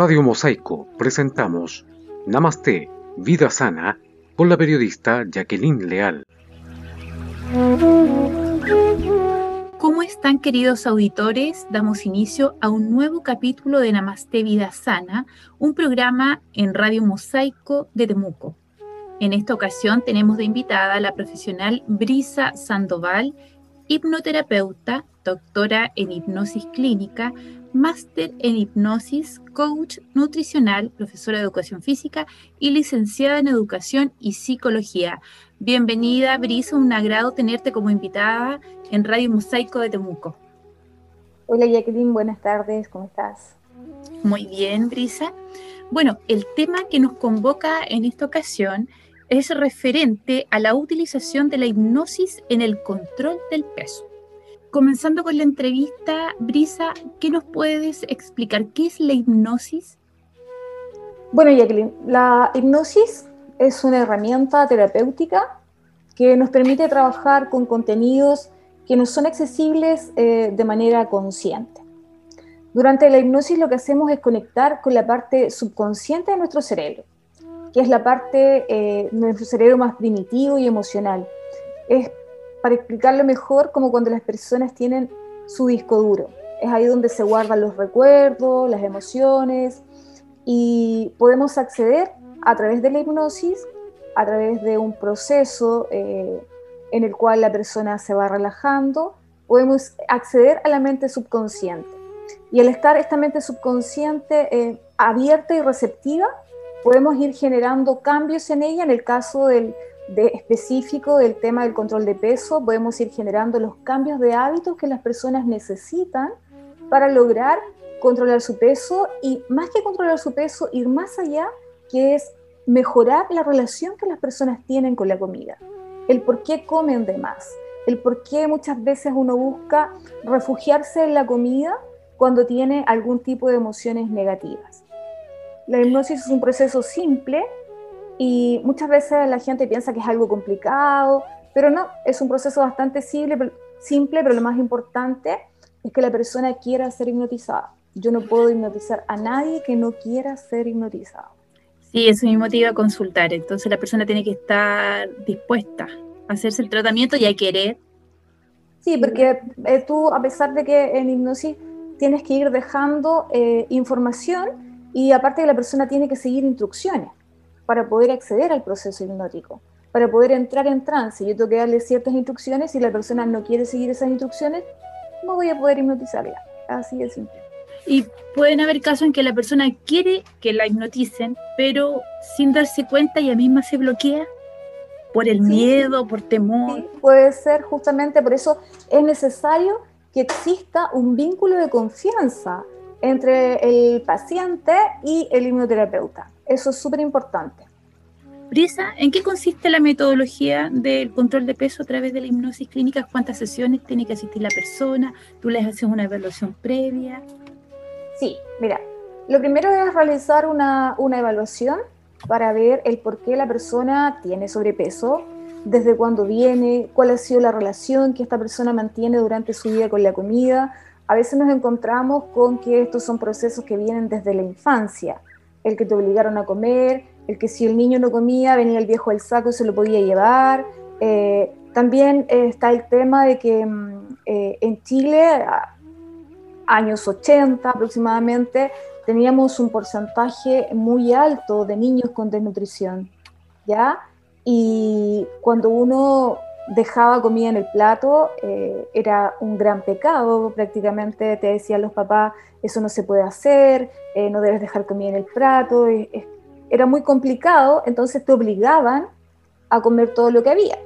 Radio Mosaico presentamos Namaste, Vida Sana, con la periodista Jacqueline Leal. ¿Cómo están, queridos auditores? Damos inicio a un nuevo capítulo de Namaste, Vida Sana, un programa en Radio Mosaico de Temuco. En esta ocasión tenemos de invitada a la profesional Brisa Sandoval, hipnoterapeuta, doctora en hipnosis clínica, máster en hipnosis, coach nutricional, profesora de educación física y licenciada en educación y psicología. Bienvenida, Brisa, un agrado tenerte como invitada en Radio Mosaico de Temuco. Hola Jacqueline, buenas tardes, ¿cómo estás? Muy bien, Brisa. Bueno, el tema que nos convoca en esta ocasión es referente a la utilización de la hipnosis en el control del peso. Comenzando con la entrevista, Brisa, ¿qué nos puedes explicar? ¿Qué es la hipnosis? Bueno, Jacqueline, la hipnosis es una herramienta terapéutica que nos permite trabajar con contenidos que nos son accesibles de manera consciente. Durante la hipnosis lo que hacemos es conectar con la parte subconsciente de nuestro cerebro, que es la parte de nuestro cerebro más primitivo y emocional. Es, para explicarlo mejor, como cuando las personas tienen su disco duro. Es ahí donde se guardan los recuerdos, las emociones, y podemos acceder a través de la hipnosis, a través de un proceso en el cual la persona se va relajando, podemos acceder a la mente subconsciente. Y al estar esta mente subconsciente abierta y receptiva, podemos ir generando cambios en ella. En el caso específico del tema del control de peso, podemos ir generando los cambios de hábitos que las personas necesitan para lograr controlar su peso, y más que controlar su peso, ir más allá, que es mejorar la relación que las personas tienen con la comida, el por qué comen de más, el por qué muchas veces uno busca refugiarse en la comida cuando tiene algún tipo de emociones negativas. La hipnosis es un proceso simple y muchas veces la gente piensa que es algo complicado, pero no, es un proceso bastante simple, pero lo más importante es que la persona quiera ser hipnotizada. Yo no puedo hipnotizar a nadie que no quiera ser hipnotizado. Sí, eso me motiva a consultar. Entonces la persona tiene que estar dispuesta a hacerse el tratamiento y a querer. Sí, porque tú, a pesar de que en hipnosis tienes que ir dejando información, y aparte que la persona tiene que seguir instrucciones para poder acceder al proceso hipnótico, para poder entrar en trance. Yo tengo que darle ciertas instrucciones. Si la persona no quiere seguir esas instrucciones, no voy a poder hipnotizarla. Así de simple. Y pueden haber casos en que la persona quiere que la hipnoticen, pero sin darse cuenta ella misma se bloquea por el miedo, por temor. Sí, puede ser. Justamente por eso es necesario que exista un vínculo de confianza entre el paciente y el hipnoterapeuta. Eso es súper importante. Brisa, ¿en qué consiste la metodología del control de peso a través de la hipnosis clínica? ¿Cuántas sesiones tiene que asistir la persona? ¿Tú les haces una evaluación previa? Sí, mira, lo primero es realizar una evaluación para ver el por qué la persona tiene sobrepeso, desde cuándo viene, cuál ha sido la relación que esta persona mantiene durante su vida con la comida. A veces nos encontramos con que estos son procesos que vienen desde la infancia, el que te obligaron a comer, el que si el niño no comía, venía el viejo del saco y se lo podía llevar. También está el tema de que en Chile, años 80 aproximadamente, teníamos un porcentaje muy alto de niños con desnutrición, ¿ya? Y cuando uno dejaba comida en el plato, era un gran pecado. Prácticamente te decían los papás, eso no se puede hacer, no debes dejar comida en el plato. Era muy complicado, entonces te obligaban a comer todo lo que había.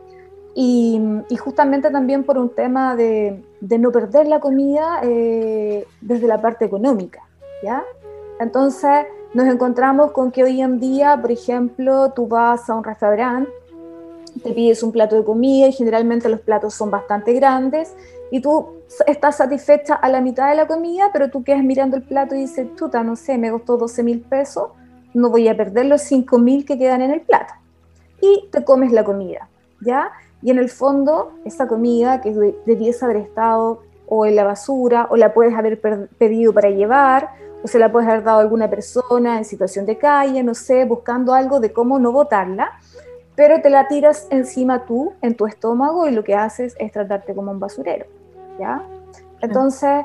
Y justamente también por un tema de no perder la comida desde la parte económica, ¿ya? Entonces nos encontramos con que hoy en día, por ejemplo, tú vas a un restaurante, te pides un plato de comida y generalmente los platos son bastante grandes y tú estás satisfecha a la mitad de la comida, pero tú quedas mirando el plato y dices, chuta, no sé, me costó 12.000 pesos, no voy a perder los 5.000 que quedan en el plato. Y te comes la comida, ¿ya? Y en el fondo, esa comida que debiese haber estado o en la basura, o la puedes haber pedido para llevar, o se la puedes haber dado a alguna persona en situación de calle, no sé, buscando algo de cómo no botarla, pero te la tiras encima tú, en tu estómago, y lo que haces es tratarte como un basurero, ¿ya? Entonces,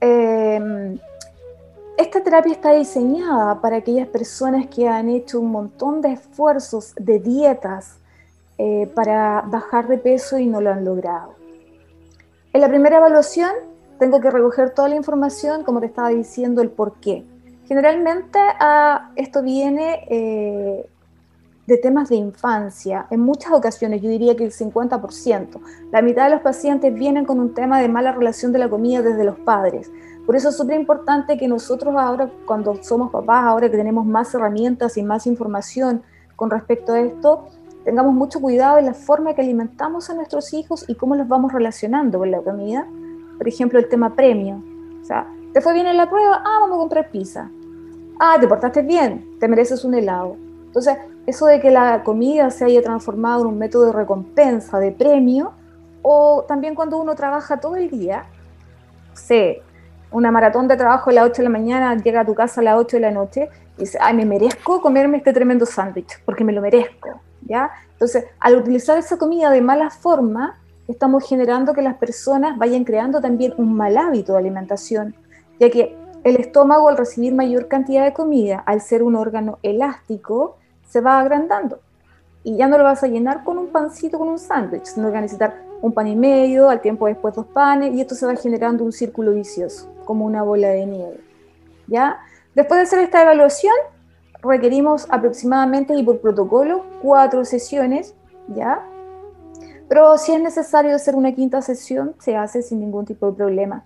esta terapia está diseñada para aquellas personas que han hecho un montón de esfuerzos, de dietas, para bajar de peso y no lo han logrado. En la primera evaluación tengo que recoger toda la información, como te estaba diciendo, el por qué. Generalmente esto viene de temas de infancia. En muchas ocasiones, yo diría que el 50%. La mitad de los pacientes vienen con un tema de mala relación de la comida desde los padres. Por eso es súper importante que nosotros ahora, cuando somos papás, ahora que tenemos más herramientas y más información con respecto a esto, tengamos mucho cuidado en la forma que alimentamos a nuestros hijos y cómo los vamos relacionando con la comida. Por ejemplo, el tema premio. O sea, ¿te fue bien en la prueba? Vamos a comprar pizza. ¿Te portaste bien? Te mereces un helado. Entonces, eso de que la comida se haya transformado en un método de recompensa, de premio, o también cuando uno trabaja todo el día, sé, una maratón de trabajo a las 8 de la mañana, llega a tu casa a las 8 de la noche y dice, me merezco comerme este tremendo sándwich, porque me lo merezco, ¿ya? Entonces, al utilizar esa comida de mala forma, estamos generando que las personas vayan creando también un mal hábito de alimentación, ya que el estómago, al recibir mayor cantidad de comida, al ser un órgano elástico, se va agrandando. Y ya no lo vas a llenar con un pancito, con un sándwich, sino que vas a necesitar un pan y medio, al tiempo después 2 panes, y esto se va generando un círculo vicioso, como una bola de nieve, ¿ya? Después de hacer esta evaluación, requerimos aproximadamente, y por protocolo, 4 sesiones, ¿ya? Pero si es necesario hacer una quinta sesión, se hace sin ningún tipo de problema.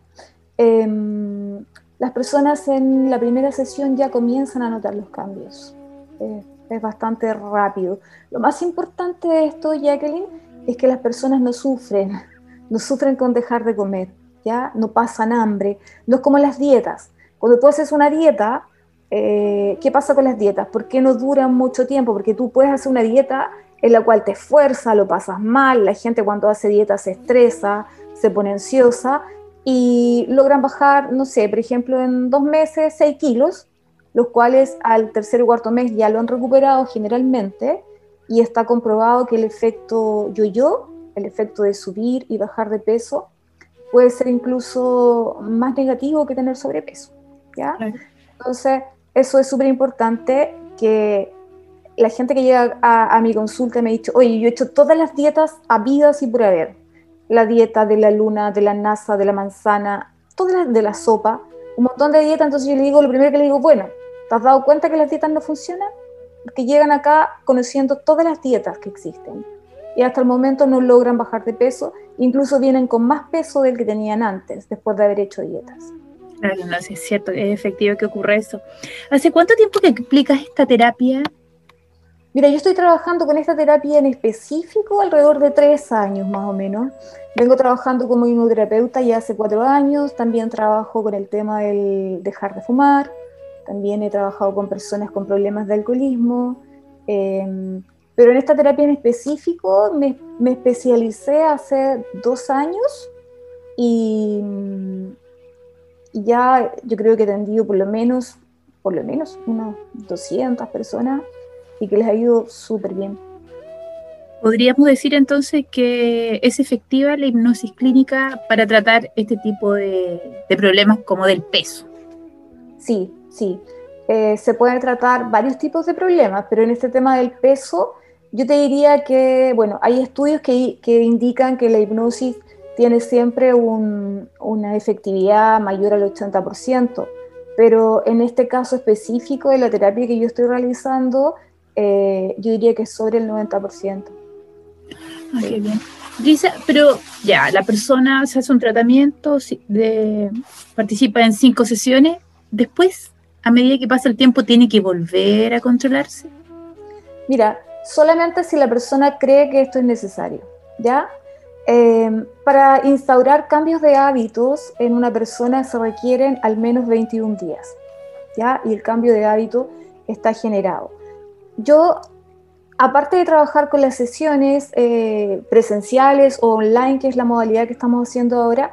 Las personas en la primera sesión ya comienzan a notar los cambios. Es bastante rápido. Lo más importante de esto, Jacqueline, es que las personas no sufren con dejar de comer, ¿ya? No pasan hambre. No es como las dietas. Cuando tú haces una dieta, ¿qué pasa con las dietas? ¿Por qué no duran mucho tiempo? Porque tú puedes hacer una dieta en la cual te esfuerzas, lo pasas mal, la gente cuando hace dieta se estresa, se pone ansiosa y logran bajar, no sé, por ejemplo, en 2 meses 6 kilos, los cuales al tercer o cuarto mes ya lo han recuperado generalmente, y está comprobado que el efecto yo-yo, el efecto de subir y bajar de peso, puede ser incluso más negativo que tener sobrepeso, ¿ya? Claro. Entonces, eso es súper importante, que la gente que llega a mi consulta me ha dicho, oye, yo he hecho todas las dietas habidas y por haber, la dieta de la luna, de la nasa, de la manzana, todas las de la sopa, un montón de dietas. Entonces yo le digo, lo primero que le digo, bueno, ¿te has dado cuenta que las dietas no funcionan? Porque llegan acá conociendo todas las dietas que existen y hasta el momento no logran bajar de peso, incluso vienen con más peso del que tenían antes, después de haber hecho dietas. Claro, no, sí es cierto, es efectivo que ocurre eso. ¿Hace cuánto tiempo que aplicas esta terapia? Mira, yo estoy trabajando con esta terapia en específico alrededor de 3 años más o menos. Vengo trabajando como hipnoterapeuta ya hace 4 años, también trabajo con el tema del dejar de fumar, también he trabajado con personas con problemas de alcoholismo, pero en esta terapia en específico me especialicé hace 2 años y ya yo creo que he atendido por lo menos unas 200 personas y que les ha ido súper bien. ¿Podríamos decir entonces que es efectiva la hipnosis clínica para tratar este tipo de problemas como del peso? Sí. Se pueden tratar varios tipos de problemas, pero en este tema del peso, yo te diría que, bueno, hay estudios que indican que la hipnosis tiene siempre una efectividad mayor al 80%, pero en este caso específico de la terapia que yo estoy realizando, yo diría que es sobre el 90%. Qué bien. Lisa, pero ya, la persona se hace un tratamiento, participa en 5 sesiones, después, a medida que pasa el tiempo, ¿tiene que volver a controlarse? Mira, solamente si la persona cree que esto es necesario, ¿ya? Para instaurar cambios de hábitos en una persona se requieren al menos 21 días, ¿ya? Y el cambio de hábito está generado. Yo, aparte de trabajar con las sesiones presenciales o online, que es la modalidad que estamos haciendo ahora,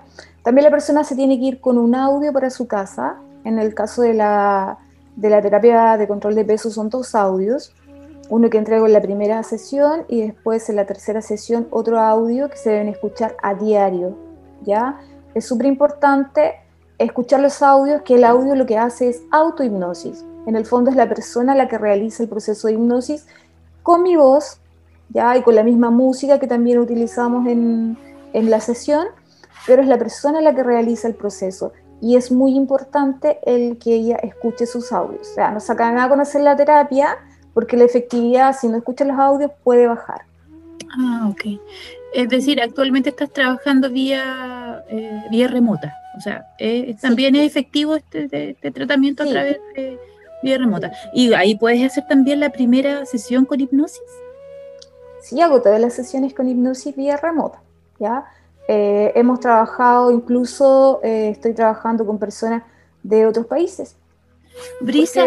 También la persona se tiene que ir con un audio para su casa. En el caso de la terapia de control de peso son 2 audios, uno que entrego en la primera sesión y después en la tercera sesión otro audio que se deben escuchar a diario, ¿ya? Es súper importante escuchar los audios, que el audio lo que hace es autohipnosis. En el fondo es la persona la que realiza el proceso de hipnosis con mi voz, ¿ya? Y con la misma música que también utilizamos en la sesión, pero es la persona la que realiza el proceso. Y es muy importante el que ella escuche sus audios. O sea, no saca nada con hacer la terapia, porque la efectividad, si no escucha los audios, puede bajar. Ah, ok. Es decir, actualmente estás trabajando vía remota. O sea, también es efectivo este tratamiento a través de vía remota. ¿Y ahí puedes hacer también la primera sesión con hipnosis? Sí, hago todas las sesiones con hipnosis vía remota, ¿ya? Hemos trabajado, incluso estoy trabajando con personas de otros países. Brisa,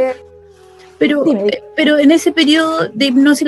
pero en ese periodo de hipnosis,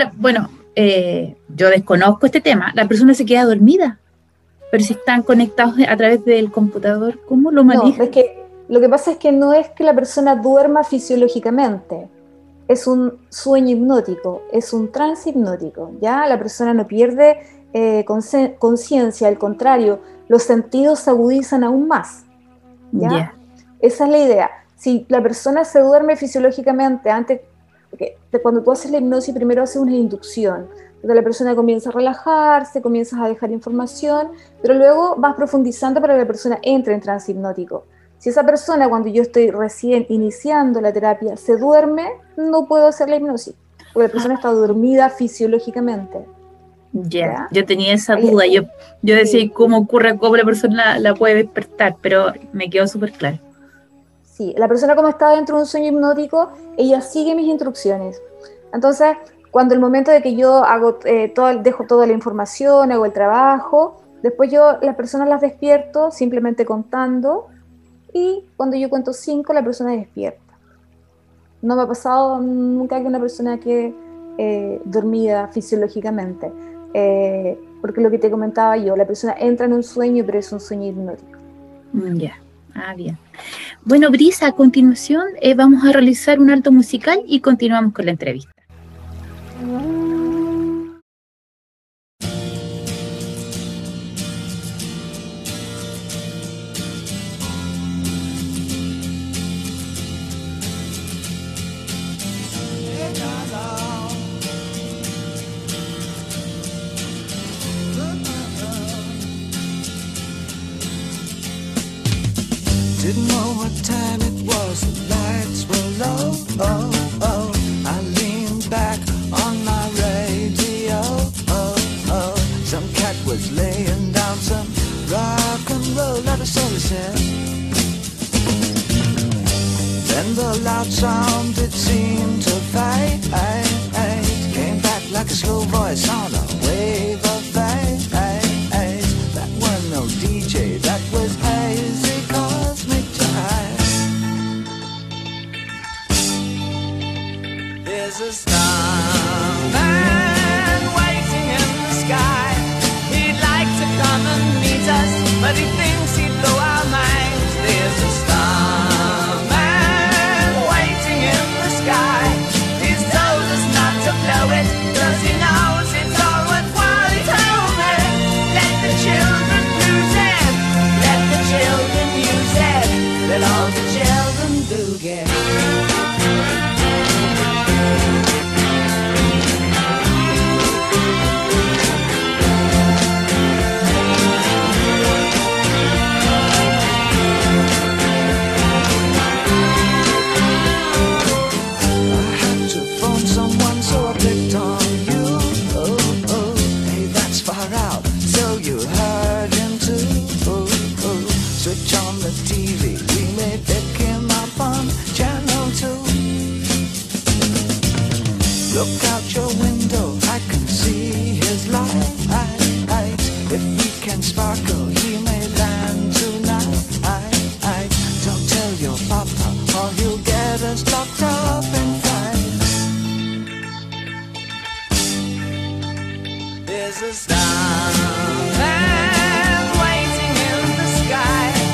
yo desconozco este tema, la persona se queda dormida, pero si están conectados a través del computador, ¿cómo lo manejan? No, es que lo que pasa es que no es que la persona duerma fisiológicamente, es un sueño hipnótico, es un trance hipnótico, ¿ya? La persona no pierde conciencia, al contrario, los sentidos se agudizan aún más, ¿ya? Yeah. Esa es la idea. Si la persona se duerme fisiológicamente, antes, cuando tú haces la hipnosis, primero haces una inducción, donde la persona comienza a relajarse, comienzas a dejar información, pero luego vas profundizando para que la persona entre en trance hipnótico. Si esa persona, cuando yo estoy recién iniciando la terapia, se duerme, no puedo hacer la hipnosis, porque la persona está dormida fisiológicamente. Ya, yo tenía esa duda, yo decía sí. ¿Cómo ocurre, cómo la persona la puede despertar? Pero me quedó súper claro. Sí, la persona como está dentro de un sueño hipnótico, ella sigue mis instrucciones. Entonces, cuando el momento de que yo hago dejo toda la información, hago el trabajo, después yo las personas las despierto simplemente contando, y cuando yo cuento 5, la persona despierta. No me ha pasado nunca que una persona quede dormida fisiológicamente. Porque lo que te comentaba yo, la persona entra en un sueño, pero es un sueño hipnótico. Ya, bien. Bueno, Brisa, a continuación vamos a realizar un alto musical y continuamos con la entrevista. Didn't know what time it was, the lights were low, oh, oh. I leaned back on my radio, oh, oh. Some cat was laying down some rock and roll, like a soul said. Then the loud sound, it seemed to fade, came back like a slow voice on a wave of fade. That was no DJ, that was hazy cosmic jive. There's a starman waiting in the sky. He'd like to come and meet us, but he thinks he'd blow our minds. There's a starman waiting in the sky. He's told us not to blow it, 'cause he knows it's all worthwhile. He told me, let the children lose it, let the children use it, let all the children do get. Switch on the TV, we may pick him up on channel 2. Look out your window, I can see his light. If we can sparkle, he may land tonight. Don't tell your papa, or he'll get us locked up in fight. There's a starman waiting in the sky.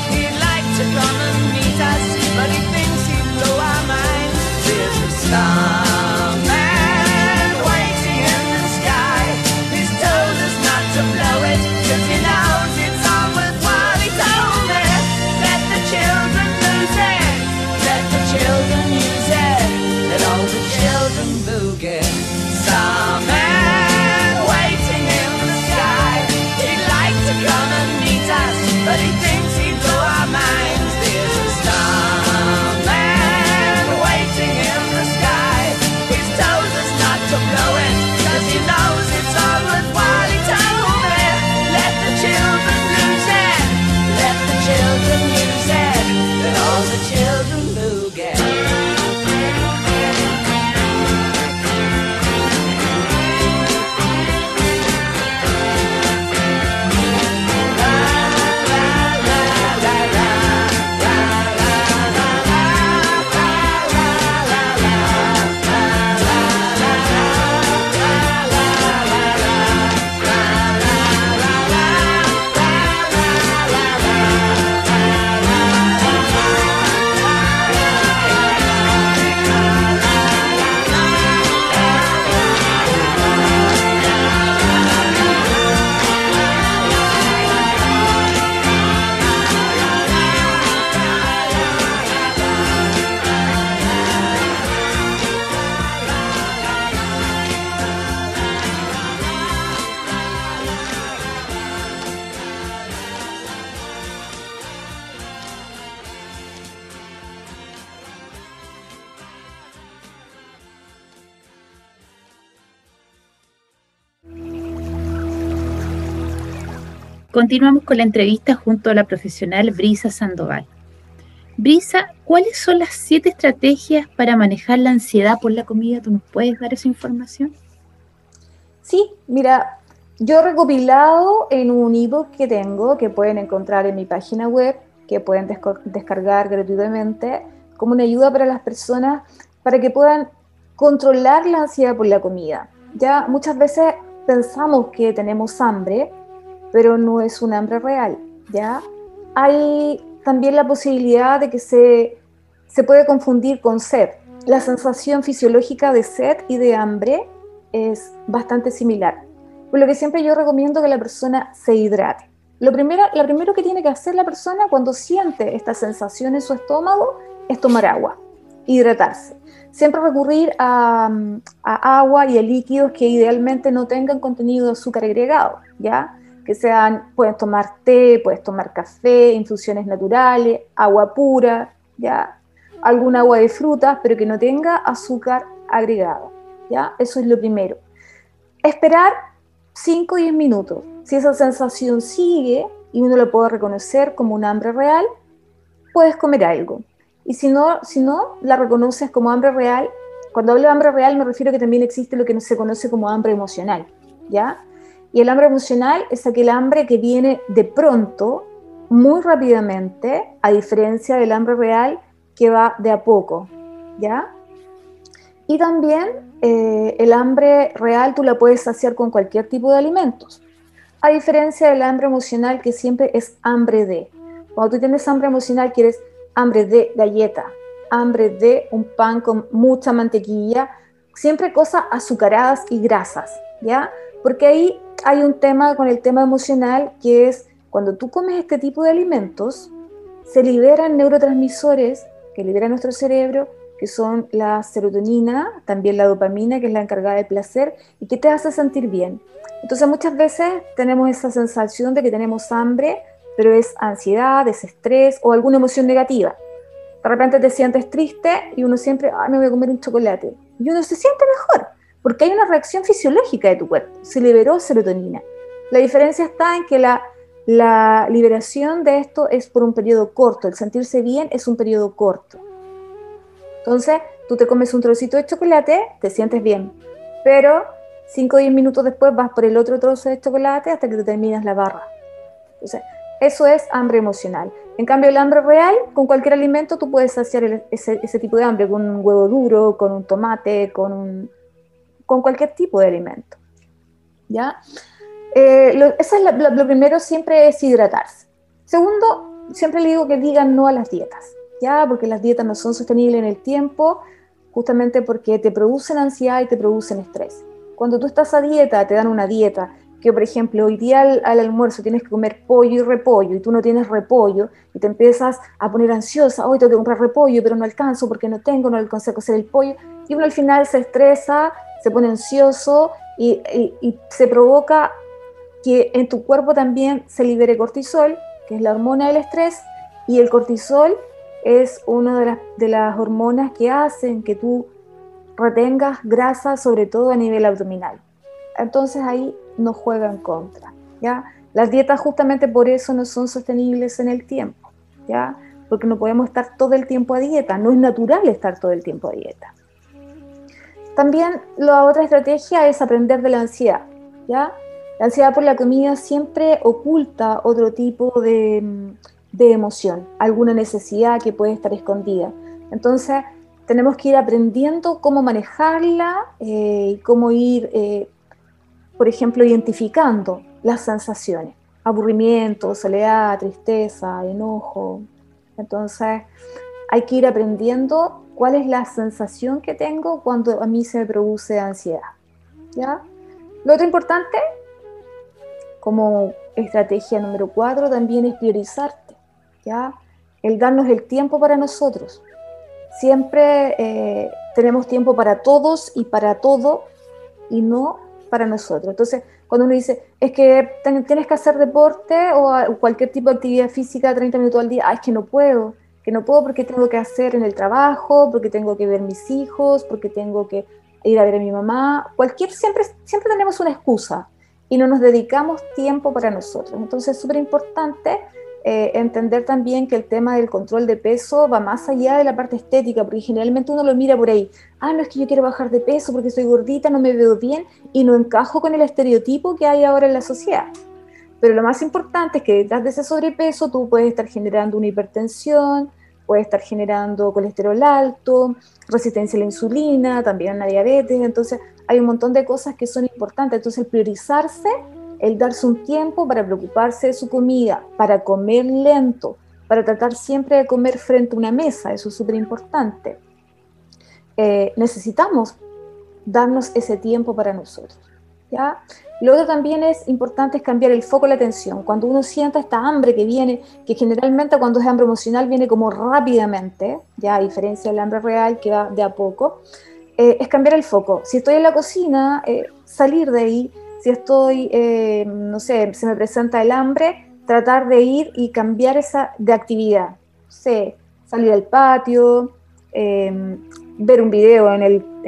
Continuamos con la entrevista junto a la profesional Brisa Sandoval. Brisa, ¿cuáles son las 7 estrategias para manejar la ansiedad por la comida? ¿Tú nos puedes dar esa información? Sí, mira, yo he recopilado en un ebook que tengo, que pueden encontrar en mi página web, que pueden descargar gratuitamente, como una ayuda para las personas para que puedan controlar la ansiedad por la comida. Ya muchas veces pensamos que tenemos hambre, pero no es un hambre real, ¿ya? Hay también la posibilidad de que se puede confundir con sed. La sensación fisiológica de sed y de hambre es bastante similar, por lo que siempre yo recomiendo que la persona se hidrate. Lo primero que tiene que hacer la persona cuando siente esta sensación en su estómago es tomar agua, hidratarse. Siempre recurrir a agua y a líquidos que idealmente no tengan contenido de azúcar agregado, ¿ya? Que sean, puedes tomar té, puedes tomar café, infusiones naturales, agua pura, ¿ya? Algún agua de frutas, pero que no tenga azúcar agregado, ¿ya? Eso es lo primero. Esperar 5 o 10 minutos. Si esa sensación sigue y uno lo puede reconocer como un hambre real, puedes comer algo. Y si no la reconoces como hambre real, cuando hablo de hambre real me refiero a que también existe lo que se conoce como hambre emocional, ¿ya? Y el hambre emocional es aquel hambre que viene de pronto, muy rápidamente, a diferencia del hambre real que va de a poco, ¿ya? Y también el hambre real tú la puedes saciar con cualquier tipo de alimentos, a diferencia del hambre emocional que siempre es hambre de. Cuando tú tienes hambre emocional quieres hambre de galleta, hambre de un pan con mucha mantequilla, siempre cosas azucaradas y grasas, ¿ya? Porque ahí hay un tema con el tema emocional que es cuando tú comes este tipo de alimentos, se liberan neurotransmisores que libera nuestro cerebro, que son la serotonina, también la dopamina, que es la encargada del placer y que te hace sentir bien. Entonces muchas veces tenemos esa sensación de que tenemos hambre, pero es ansiedad, es estrés o alguna emoción negativa. De repente te sientes triste y uno siempre, me voy a comer un chocolate. Y uno se siente mejor, porque hay una reacción fisiológica de tu cuerpo, se liberó serotonina. La diferencia está en que la liberación de esto es por un periodo corto, el sentirse bien es un periodo corto. Entonces, tú te comes un trocito de chocolate, te sientes bien, pero 5 o 10 minutos después vas por el otro trozo de chocolate hasta que te terminas la barra. Entonces, eso es hambre emocional. En cambio, el hambre real, con cualquier alimento tú puedes saciar ese tipo de hambre, con un huevo duro, con un tomate, con cualquier tipo de alimento, ¿ya? Lo primero siempre es hidratarse. Segundo, siempre le digo que digan no a las dietas, ¿ya? Porque las dietas no son sostenibles en el tiempo, justamente porque te producen ansiedad y te producen estrés. Cuando tú estás a dieta, te dan una dieta, que por ejemplo hoy día al almuerzo tienes que comer pollo y repollo, y tú no tienes repollo, y te empiezas a poner ansiosa, hoy tengo que comprar repollo, pero no alcanzo porque no alcanzo a cocer el pollo, y uno al final se estresa, se pone ansioso, y se provoca que en tu cuerpo también se libere cortisol, que es la hormona del estrés, y el cortisol es una de las hormonas que hacen que tú retengas grasa, sobre todo a nivel abdominal. Entonces ahí nos juega en contra, ¿ya? Las dietas justamente por eso no son sostenibles en el tiempo, ¿ya? Porque no podemos estar todo el tiempo a dieta, no es natural estar todo el tiempo a dieta. También la otra estrategia es aprender de la ansiedad, ¿ya? La ansiedad por la comida siempre oculta otro tipo de emoción, alguna necesidad que puede estar escondida. Entonces, tenemos que ir aprendiendo cómo manejarla y cómo ir, por ejemplo, identificando las sensaciones. Aburrimiento, soledad, tristeza, enojo. Entonces, hay que ir aprendiendo cuál es la sensación que tengo cuando a mí se me produce ansiedad, ¿ya? Lo otro importante, como estrategia número 4, también es priorizarte, ¿ya? El darnos el tiempo para nosotros. Siempre tenemos tiempo para todos y para todo y no para nosotros. Entonces, cuando uno dice, es que tienes que hacer deporte o cualquier tipo de actividad física 30 minutos al día, es que no puedo porque tengo que hacer en el trabajo, porque tengo que ver mis hijos, porque tengo que ir a ver a mi mamá, siempre tenemos una excusa. y no nos dedicamos tiempo para nosotros. Entonces es súper importante entender también que el tema del control de peso va más allá de la parte estética, porque generalmente uno lo mira por ahí, no es que yo quiero bajar de peso porque soy gordita, no me veo bien y no encajo con el estereotipo que hay ahora en la sociedad. Pero lo más importante es que detrás de ese sobrepeso tú puedes estar generando una hipertensión, puedes estar generando colesterol alto, resistencia a la insulina, también una diabetes. Entonces hay un montón de cosas que son importantes. Entonces el priorizarse, el darse un tiempo para preocuparse de su comida, para comer lento, para tratar siempre de comer frente a una mesa, eso es súper importante. Necesitamos darnos ese tiempo para nosotros, ¿ya? Lo otro también es importante es cambiar el foco de la atención. Cuando uno sienta esta hambre que viene, que generalmente cuando es hambre emocional viene como rápidamente, ya a diferencia del hambre real que va de a poco, es cambiar el foco. Si estoy en la cocina, salir de ahí. Si estoy, no sé, se me presenta el hambre, tratar de ir y cambiar esa de actividad. No sé, salir al patio, ver un video en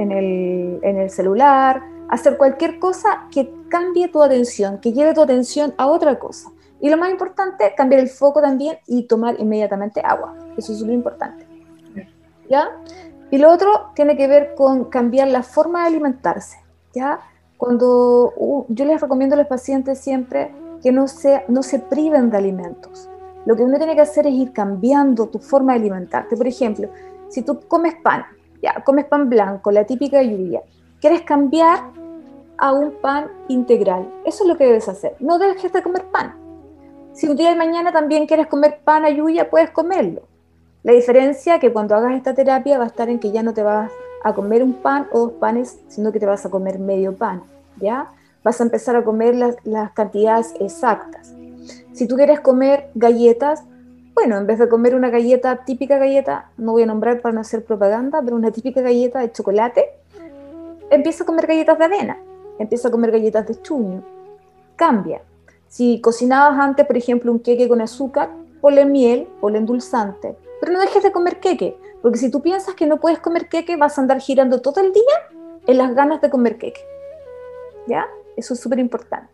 el celular, hacer cualquier cosa que cambie tu atención, que lleve tu atención a otra cosa. Y lo más importante, cambiar el foco también y tomar inmediatamente agua. Eso es súper importante. ¿Ya? Y lo otro tiene que ver con cambiar la forma de alimentarse. ¿Ya? Cuando yo les recomiendo a los pacientes siempre que no se priven de alimentos. Lo que uno tiene que hacer es ir cambiando tu forma de alimentarte. Por ejemplo, si tú comes pan, ya, comes pan blanco, la típica lluvia, quieres cambiar a un pan integral. Eso es lo que debes hacer. No dejes de comer pan. Si un día de mañana también quieres comer pan a lluvia, puedes comerlo. La diferencia es que cuando hagas esta terapia va a estar en que ya no te vas a comer un pan o 2 panes, sino que te vas a comer medio pan, ¿ya? Vas a empezar a comer las cantidades exactas. Si tú quieres comer galletas, bueno, en vez de comer una galleta, típica galleta, no voy a nombrar para no hacer propaganda, pero una típica galleta de chocolate, empieza a comer galletas de avena, empieza a comer galletas de chuño, cambia. Si cocinabas antes, por ejemplo, un queque con azúcar, ponle miel, ponle endulzante, pero no dejes de comer queque, porque si tú piensas que no puedes comer queque, vas a andar girando todo el día en las ganas de comer queque, ¿ya? Eso es súper importante.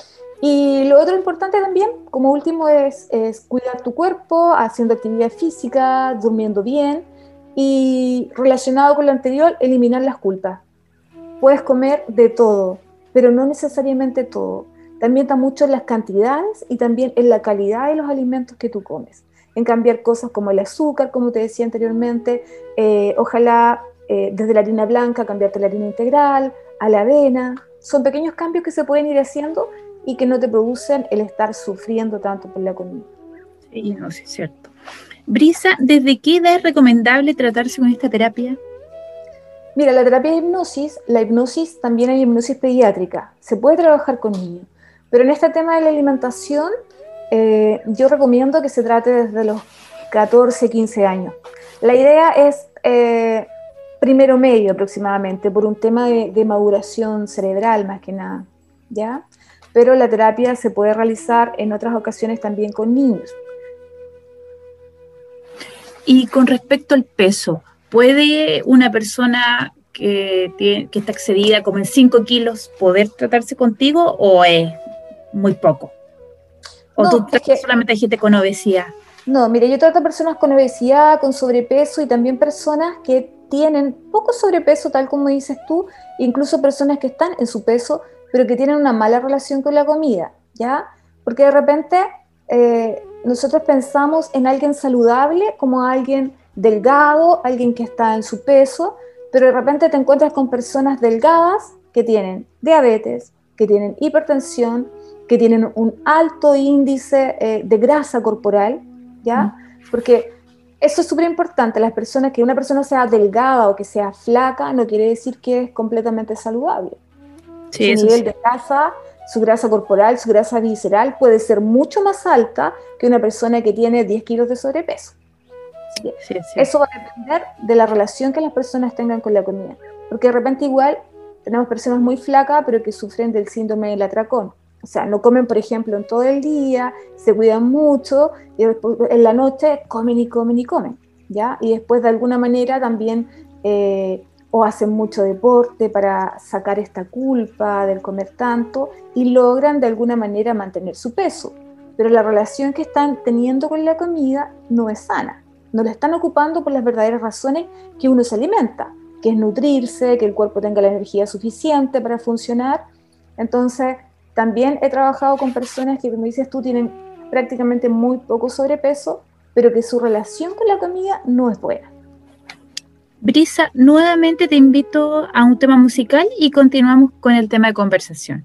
Y lo otro importante también, como último, es cuidar tu cuerpo, haciendo actividad física, durmiendo bien, y relacionado con lo anterior, eliminar las culpas. Puedes comer de todo, pero no necesariamente todo. También está mucho en las cantidades y también en la calidad de los alimentos que tú comes. En cambiar cosas como el azúcar, como te decía anteriormente, ojalá desde la harina blanca cambiarte la harina integral, a la avena. Son pequeños cambios que se pueden ir haciendo y que no te producen el estar sufriendo tanto por la comida. Sí, no, sí es cierto. Brisa, ¿desde qué edad es recomendable tratarse con esta terapia? Mira, la terapia de hipnosis, la hipnosis también hay hipnosis pediátrica, se puede trabajar con niños, pero en este tema de la alimentación, yo recomiendo que se trate desde los 14, 15 años. La idea es primero medio aproximadamente, por un tema de maduración cerebral más que nada, ¿ya? Pero la terapia se puede realizar en otras ocasiones también con niños. Y con respecto al peso, ¿puede una persona que está excedida como en 5 kilos poder tratarse contigo o es muy poco? ¿O No, tú tratas solamente a gente con obesidad? No, mire, yo trato a personas con obesidad, con sobrepeso y también personas que tienen poco sobrepeso, tal como dices tú, incluso personas que están en su peso, pero que tienen una mala relación con la comida, ¿ya? Porque de repente nosotros pensamos en alguien saludable como alguien delgado, alguien que está en su peso, pero de repente te encuentras con personas delgadas que tienen diabetes, que tienen hipertensión, que tienen un alto índice de grasa corporal, ¿ya? Porque eso es súper importante. Las personas, que una persona sea delgada o que sea flaca, no quiere decir que es completamente saludable. Sí, su nivel de grasa, su grasa corporal, su grasa visceral puede ser mucho más alta que una persona que tiene 10 kilos de sobrepeso. ¿Sí? Sí. Eso va a depender de la relación que las personas tengan con la comida. Porque de repente igual tenemos personas muy flacas, pero que sufren del síndrome del atracón. O sea, no comen, por ejemplo, en todo el día, se cuidan mucho, y después, en la noche comen y comen y comen, ¿ya? Y después, de alguna manera, también o hacen mucho deporte para sacar esta culpa del comer tanto y logran de alguna manera mantener su peso. Pero la relación que están teniendo con la comida no es sana. No la están ocupando por las verdaderas razones que uno se alimenta, que es nutrirse, que el cuerpo tenga la energía suficiente para funcionar. Entonces, también he trabajado con personas que, como dices tú, tienen prácticamente muy poco sobrepeso, pero que su relación con la comida no es buena. Brisa, nuevamente te invito a un tema musical y continuamos con el tema de conversación.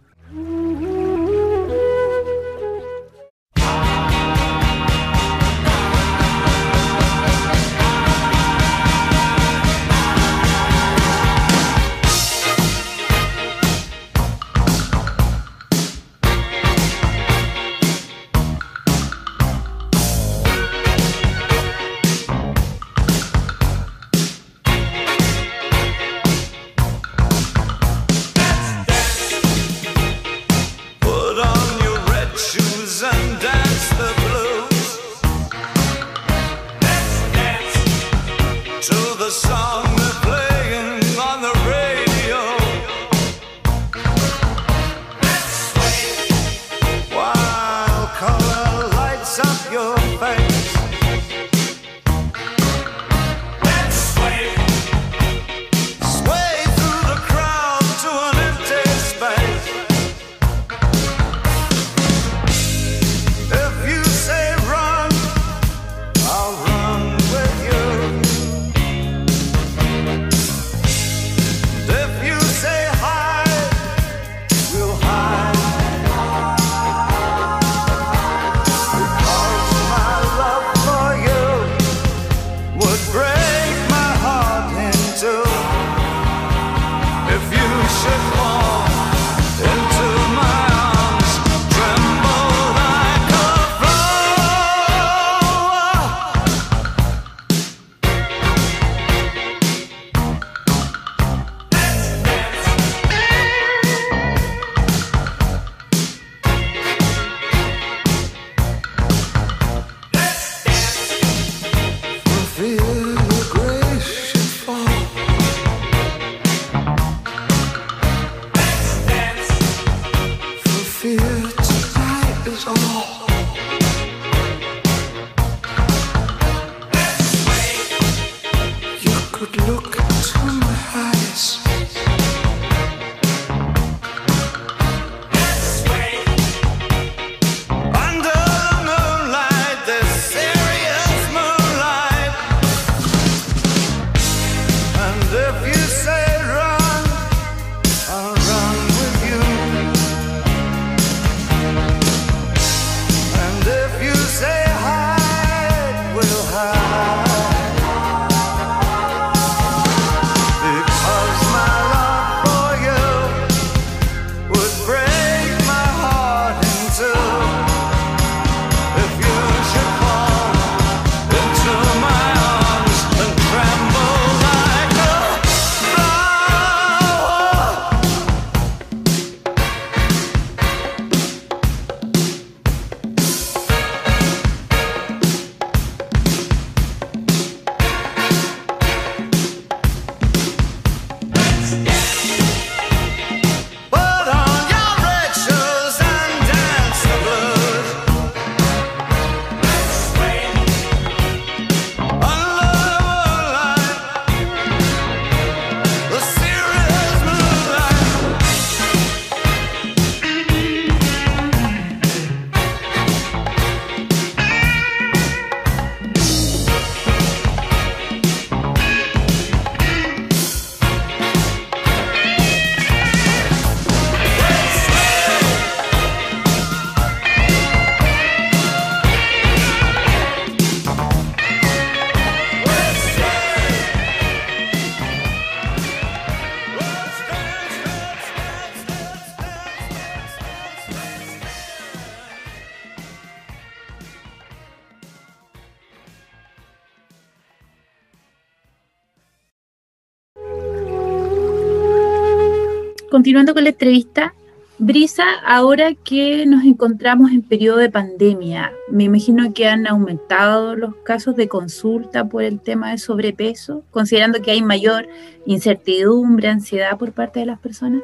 Continuando con la entrevista, Brisa, ahora que nos encontramos en periodo de pandemia, me imagino que han aumentado los casos de consulta por el tema de sobrepeso, considerando que hay mayor incertidumbre, ansiedad por parte de las personas.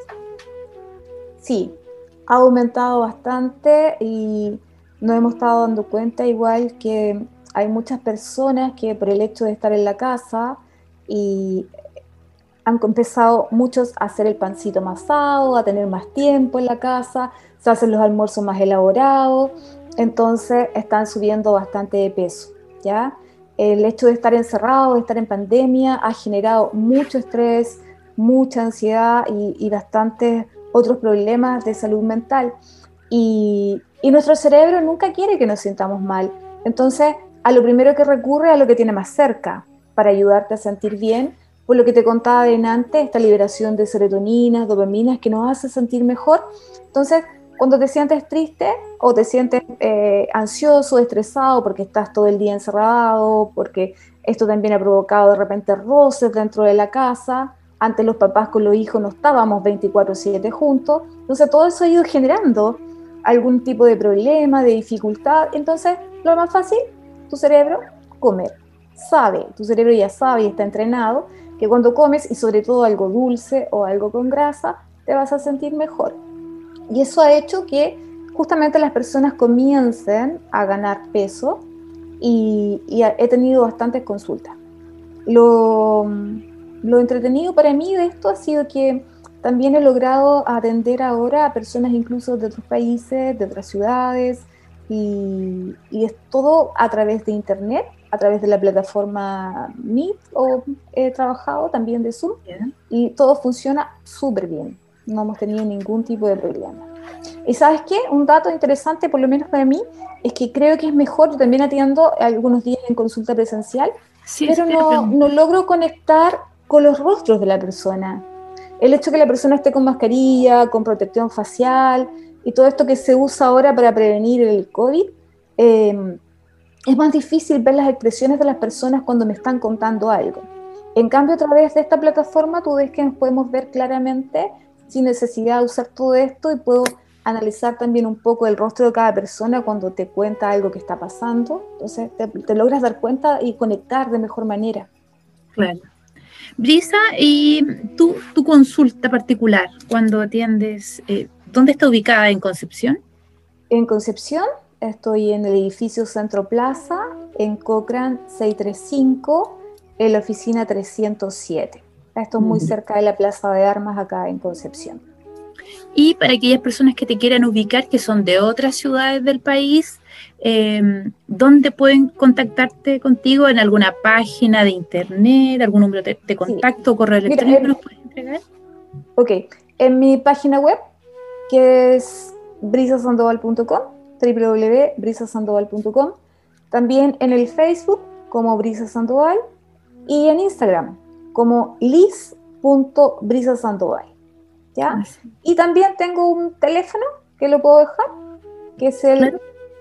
Sí, ha aumentado bastante y nos hemos estado dando cuenta igual que hay muchas personas que por el hecho de estar en la casa y han empezado muchos a hacer el pancito amasado, a tener más tiempo en la casa, se hacen los almuerzos más elaborados, entonces están subiendo bastante de peso, ¿ya? El hecho de estar encerrado, de estar en pandemia, ha generado mucho estrés, mucha ansiedad y bastantes otros problemas de salud mental. Y nuestro cerebro nunca quiere que nos sintamos mal, entonces a lo primero que recurre es a lo que tiene más cerca para ayudarte a sentir bien. Por lo que te contaba de antes, esta liberación de serotoninas, dopaminas que nos hace sentir mejor. Entonces, cuando te sientes triste o te sientes ansioso, estresado porque estás todo el día encerrado, porque esto también ha provocado de repente roces dentro de la casa, antes los papás con los hijos no estábamos 24/7 juntos, entonces todo eso ha ido generando algún tipo de problema, de dificultad. Entonces, lo más fácil, tu cerebro, comer. Tu cerebro ya sabe y está entrenado que cuando comes, y sobre todo algo dulce o algo con grasa, te vas a sentir mejor. Y eso ha hecho que justamente las personas comiencen a ganar peso y he tenido bastantes consultas. Lo entretenido para mí de esto ha sido que también he logrado atender ahora a personas incluso de otros países, de otras ciudades, y es todo a través de internet, a través de la plataforma Meet, o he trabajado también de Zoom, y todo funciona súper bien, no hemos tenido ningún tipo de problema. Y ¿sabes qué? Un dato interesante, por lo menos para mí, es que creo que es mejor, yo también atiendo algunos días en consulta presencial, Sí, pero no logro conectar con los rostros de la persona. El hecho de que la persona esté con mascarilla, con protección facial, y todo esto que se usa ahora para prevenir el COVID, es más difícil ver las expresiones de las personas cuando me están contando algo. En cambio, a través de esta plataforma, tú ves que nos podemos ver claramente sin necesidad de usar todo esto, y puedo analizar también un poco el rostro de cada persona cuando te cuenta algo que está pasando. Entonces, te logras dar cuenta y conectar de mejor manera. Claro. Brisa, y tu consulta particular, cuando atiendes, ¿dónde está ubicada? ¿En Concepción? En Concepción, estoy en el edificio Centro Plaza, en Cochrane 635, en la oficina 307. Esto es muy cerca de la Plaza de Armas acá en Concepción. Y para aquellas personas que te quieran ubicar, que son de otras ciudades del país, ¿dónde pueden contactarte contigo? ¿En alguna página de internet, algún número de contacto, correo electrónico que nos puedes entregar? Ok, en mi página web, que es brisasandoval.com, www.brisasandoval.com, también en el Facebook como Brisa Sandoval, y en Instagram como liz.brisasandoval, ¿ya? Y también tengo un teléfono que lo puedo dejar, que es el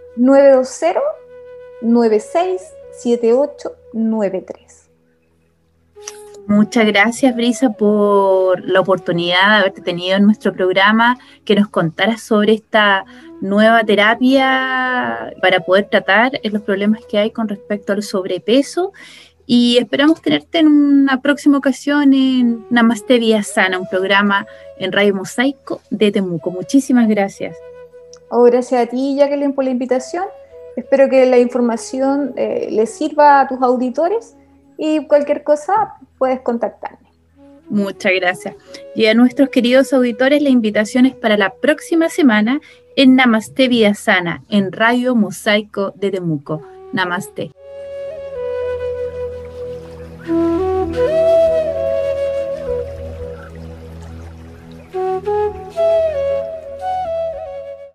920-967893. Muchas gracias, Brisa, por la oportunidad de haberte tenido en nuestro programa, que nos contaras sobre esta nueva terapia para poder tratar los problemas que hay con respecto al sobrepeso, y esperamos tenerte en una próxima ocasión en Namaste Vida Sana, un programa en Radio Mosaico de Temuco. Muchísimas gracias. Gracias a ti, Jacqueline, por la invitación. Espero que la información les sirva a tus auditores, y cualquier cosa puedes contactarme. Muchas gracias. Y a nuestros queridos auditores, la invitación es para la próxima semana en Namaste Vida Sana, en Radio Mosaico de Temuco. Namaste.